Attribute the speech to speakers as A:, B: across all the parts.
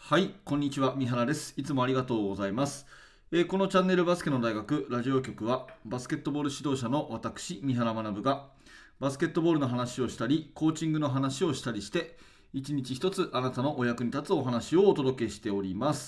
A: はい、こんにちは。三原です。いつもありがとうございます。このチャンネルバスケの大学ラジオ局は、バスケットボール指導者の私、三原学が、バスケットボールの話をしたり、コーチングの話をしたりして、一日一つあなたのお役に立つお話をお届けしております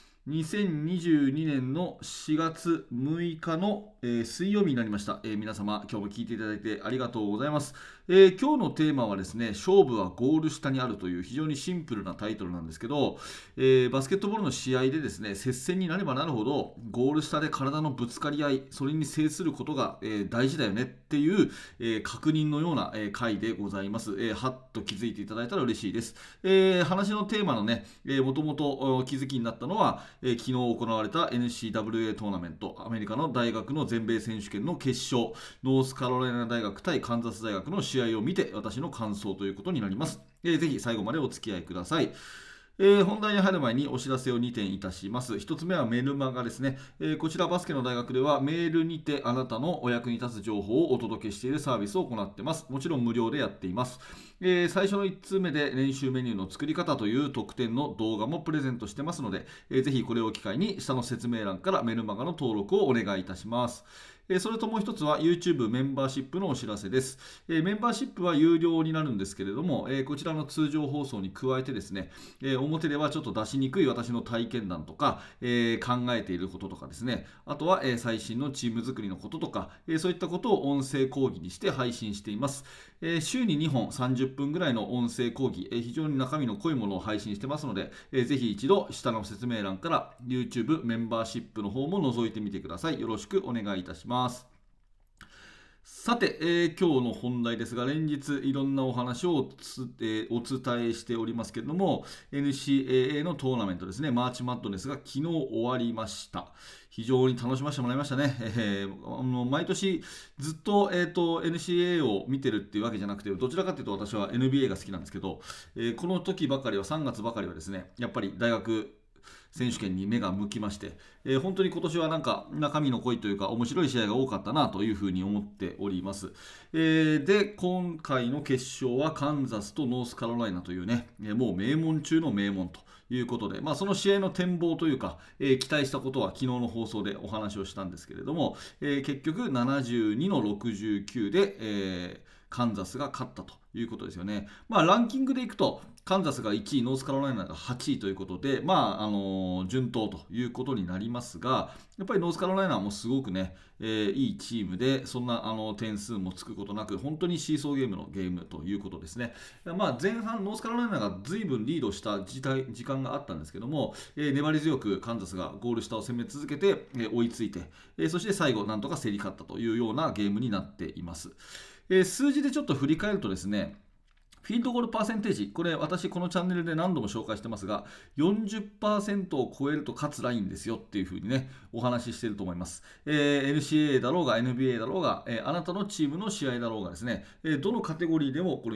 A: 。2022年の4月6日の、水曜日になりました、皆様今日も聞いていただいてありがとうございます。今日のテーマはですね、勝負はゴール下にあるという非常にシンプルなタイトルなんですけど、バスケットボールの試合でですね、接戦になればなるほどゴール下で体のぶつかり合い、それに制することが、大事だよねっていう、確認のような、回でございます。はっと気づいていただいたら嬉しいです。話のテーマのね、もともと気づきになったのは、昨日行われた NCAA トーナメント、アメリカの大学の全米選手権の決勝、ノースカロライナ大学対カンザス大学の試合を見て私の感想ということになります。ぜひ最後までお付き合いください。本題に入る前にお知らせを2点いたします。1つ目はメルマガですね。こちらバスケの大学ではメールにてあなたのお役に立つ情報をお届けしているサービスを行っています。もちろん無料でやっています。最初の1通目で練習メニューの作り方という特典の動画もプレゼントしてますので、ぜひこれを機会に下の説明欄からメルマガの登録をお願いいたします。それともう一つは YouTube メンバーシップのお知らせです。メンバーシップは有料になるんですけれども、こちらの通常放送に加えてですね、表ではちょっと出しにくい私の体験談とか、考えていることとかですね、あとは、最新のチーム作りのこととか、そういったことを音声講義にして配信しています。週に2本30分ぐらいの音声講義、非常に中身の濃いものを配信してますので、ぜひ一度下の説明欄から YouTube メンバーシップの方も覗いてみてください。よろしくお願いいたします。さて、今日の本題ですが、連日いろんなお話をお伝えしておりますけれども、NCAA のトーナメントですね、マーチマッドネスが昨日終わりました。非常に楽しませてもらいましたね。毎年ずっと、NCAA を見てるっていうわけじゃなくて、どちらかというと私は NBA が好きなんですけど、この時ばかりは、3月ばかりはですね、やっぱり大学選手権に目が向きまして、本当に今年はなんか中身の濃いというか面白い試合が多かったなというふうに思っております。で、今回の決勝はカンザスとノースカロライナというね、もう名門中の名門ということで、その試合の展望というか、期待したことは昨日の放送でお話をしたんですけれども、結局72の69で、カンザスが勝ったということですよね。ランキングでいくとカンザスが1位、ノースカロライナが8位ということで、順当ということになりますが、やっぱりノースカロライナもすごくね、いいチームで、そんな点数もつくことなく、本当にシーソーゲームのゲームということですね。前半、ノースカロライナが随分リードした時間があったんですけども、粘り強くカンザスがゴール下を攻め続けて、追いついて、そして最後、なんとか競り勝ったというようなゲームになっています。数字でちょっと振り返るとですね、フィールドゴールパーセンテージ、これ私このチャンネルで何度も紹介してますが、40% を超えると勝つラインですよっていうふうにね、お話ししていると思います。NCAA だろうが NBA だろうが、あなたのチームの試合だろうがですね、どのカテゴリーでもこの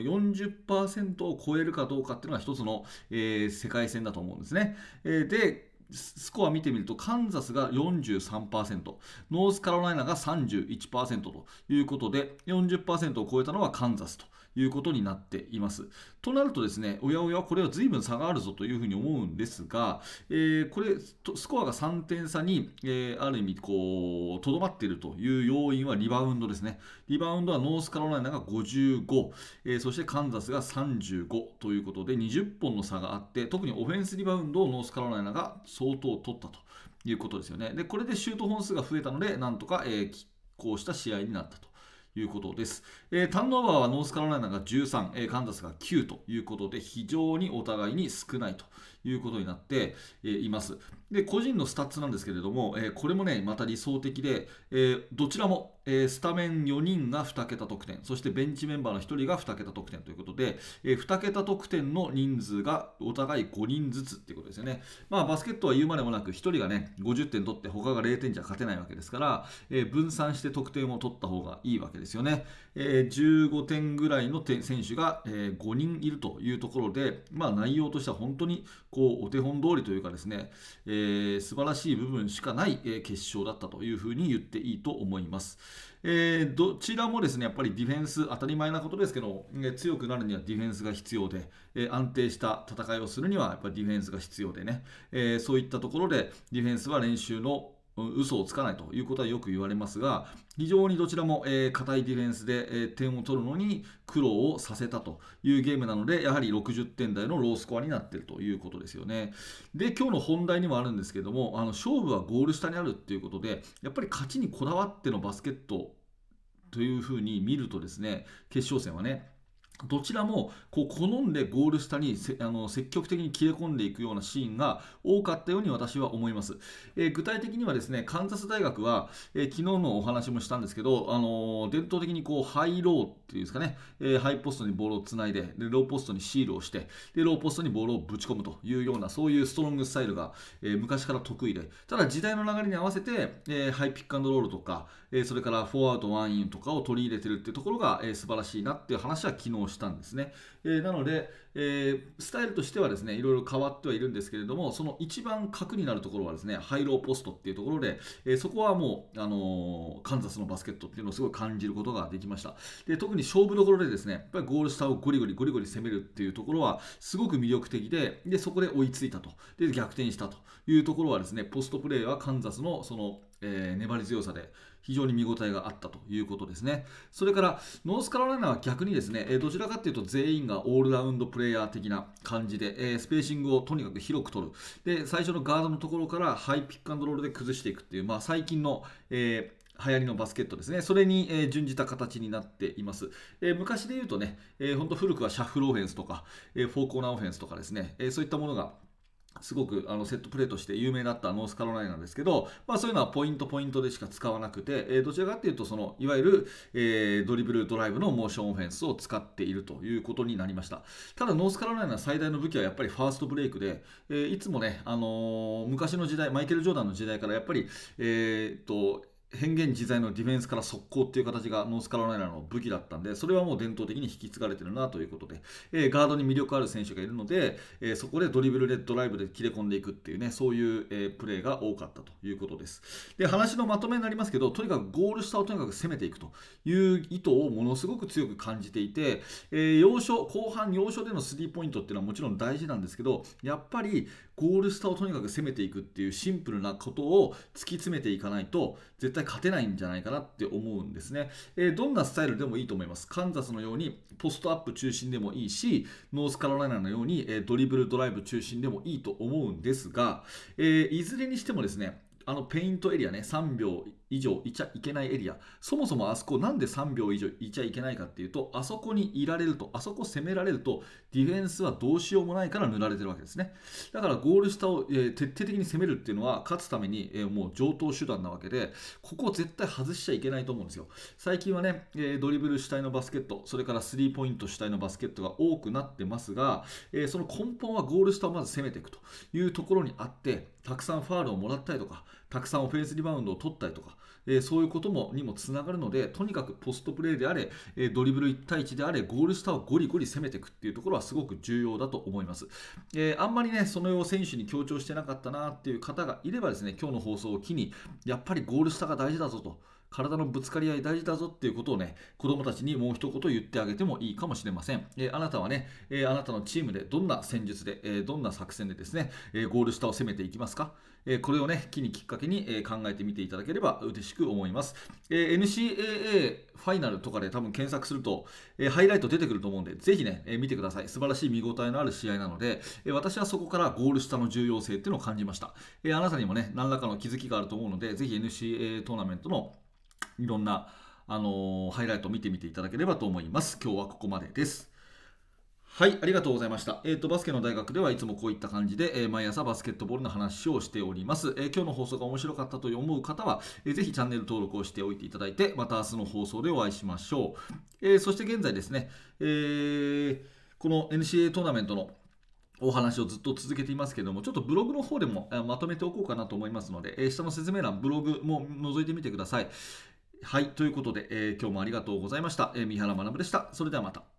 A: 40% を超えるかどうかっていうのが一つの、世界戦だと思うんですね。で、スコア見てみるとカンザスが 43%、ノースカロライナが 31% ということで 40% を超えたのはカンザスということになっています。となるとですね、おやおやこれは随分差があるぞというふうに思うんですが、これスコアが3点差に、ある意味こうとどまっているという要因はリバウンドですね。リバウンドはノースカロライナが55、そしてカンザスが35ということで20本の差があって、特にオフェンスリバウンドをノースカロライナが相当取ったということですよね。で、これでシュート本数が増えたので、なんとか、こうした試合になったということです。ターンオーバーはノースカロライナが13、カンザスが9ということで、非常にお互いに少ないということになって、います。で、個人のスタッツなんですけれども、これもね、また理想的で、どちらも、スタメン4人が2桁得点、そしてベンチメンバーの1人が2桁得点ということで、2桁得点の人数がお互い5人ずつっていうことですよね。バスケットは言うまでもなく、1人がね、50点取って他が0点じゃ勝てないわけですから、分散して得点を取った方がいいわけですよね。15点ぐらいの選手が、5人いるというところで、内容としては本当にこうお手本通りというかですね、素晴らしい部分しかない、決勝だったというふうに言っていいと思います。 どちらもですね、やっぱりディフェンス、当たり前なことですけど、強くなるにはディフェンスが必要で、安定した戦いをするにはやっぱりディフェンスが必要でね、そういったところでディフェンスは練習の嘘をつかないということはよく言われますが、非常にどちらも硬いディフェンスで点を取るのに苦労をさせたというゲームなので、やはり60点台のロースコアになっているということですよね。で、今日の本題にもあるんですけれども、勝負はゴール下にあるっていうことで、やっぱり勝ちにこだわってのバスケットというふうに見るとですね、決勝戦はね、どちらもこう好んでゴール下に積極的に切れ込んでいくようなシーンが多かったように私は思います。具体的にはですね、カンザス大学は、昨日のお話もしたんですけど、伝統的にこうハイローっていうんですかね、ハイポストにボールをつないで、ローポストにシールをして、ローポストにボールをぶち込むというような、そういうストロングスタイルが、昔から得意で、ただ時代の流れに合わせて、ハイピックアンドロールとか、それから4アウト1インとかを取り入れてるっていうところが、素晴らしいなっていう話は昨日したんですね。なので、スタイルとしてはですね、いろいろ変わってはいるんですけれども、その一番核になるところはですね、ハイローポストっていうところで、そこはもう、カンザスのバスケットっていうのをすごい感じることができました。で、特に勝負どころでですね、やっぱりゴール下をゴリゴリ攻めるっていうところはすごく魅力的で、そこで追いついたと。で、逆転したというところはですね、ポストプレーはカンザスのその、粘り強さで非常に見応えがあったということですね。それからノースカロライナは逆にですね、どちらかというと全員がオールラウンドプレイヤー的な感じで、スペーシングをとにかく広く取る。で、最初のガードのところからハイピックアンドロールで崩していくっていう、最近の、流行りのバスケットですね。それに、準じた形になっています。昔で言うとね、本当古くはシャッフルオフェンスとか、フォーコーナーオフェンスとかですね、そういったものがすごくセットプレーとして有名だったノースカロライナですけど、そういうのはポイントでしか使わなくて、どちらかというといわゆる、ドリブルドライブのモーションオフェンスを使っているということになりました。ただノースカロライナ最大の武器はやっぱりファーストブレイクで、いつもね、昔の時代マイケル・ジョーダンの時代からやっぱり、変幻自在のディフェンスから速攻っていう形がノースカロライナの武器だったんで、それはもう伝統的に引き継がれてるなということで、ガードに魅力ある選手がいるので、そこでドリブルでドライブで切れ込んでいくっていうね、そういう、プレーが多かったということです。で、話のまとめになりますけど、とにかくゴール下をとにかく攻めていくという意図をものすごく強く感じていて、後半要所でのスリーポイントっていうのはもちろん大事なんですけど、やっぱりゴール下をとにかく攻めていくっていうシンプルなことを突き詰めていかないと絶対勝てないんじゃないかなって思うんですね。どんなスタイルでもいいと思います。カンザスのようにポストアップ中心でもいいし、ノースカロライナのようにドリブルドライブ中心でもいいと思うんですが、いずれにしてもですね、ペイントエリアね、3秒以上いちゃいけないエリア、そもそもあそこなんで3秒以上いちゃいけないかっていうと、あそこにいられると、あそこ攻められると、ディフェンスはどうしようもないから塗られてるわけですね。だからゴール下を、徹底的に攻めるっていうのは勝つために、もう上等手段なわけで、ここを絶対外しちゃいけないと思うんですよ。最近はね、ドリブル主体のバスケット、それからスリーポイント主体のバスケットが多くなってますが、その根本はゴール下をまず攻めていくというところにあって、たくさんファウルをもらったりとか、たくさんオフェンスリバウンドを取ったりとか、そういうことにもつながるので、とにかくポストプレーであれ、ドリブル1対1であれ、ゴール下をゴリゴリ攻めていくっていうところはすごく重要だと思います。あんまりね、その選手に強調してなかったなっていう方がいればですね、今日の放送を機に、やっぱりゴール下が大事だぞと。体のぶつかり合い大事だぞっていうことをね、子供たちにもう一言言ってあげてもいいかもしれません。あなたはね、あなたのチームでどんな戦術で、どんな作戦でですね、ゴール下を攻めていきますか。これをね、機にきっかけに、考えてみていただければ嬉しく思います。NCAA ファイナルとかで多分検索すると、ハイライト出てくると思うんで、ぜひね、見てください。素晴らしい見応えのある試合なので、私はそこからゴール下の重要性っていうのを感じました。あなたにもね、何らかの気づきがあると思うので、ぜひ NCAA トーナメントのいろんな、ハイライトを見てみていただければと思います。今日はここまでです。はい、ありがとうございました。バスケの大学ではいつもこういった感じで、毎朝バスケットボールの話をしております。今日の放送が面白かったと思う方は、ぜひチャンネル登録をしておいていただいて、また明日の放送でお会いしましょう。そして現在ですね、この NCAA トーナメントのお話をずっと続けていますけれども、ちょっとブログの方でもまとめておこうかなと思いますので、下の説明欄、ブログも覗いてみてください。はい、ということで、今日もありがとうございました。三原学でした。それではまた。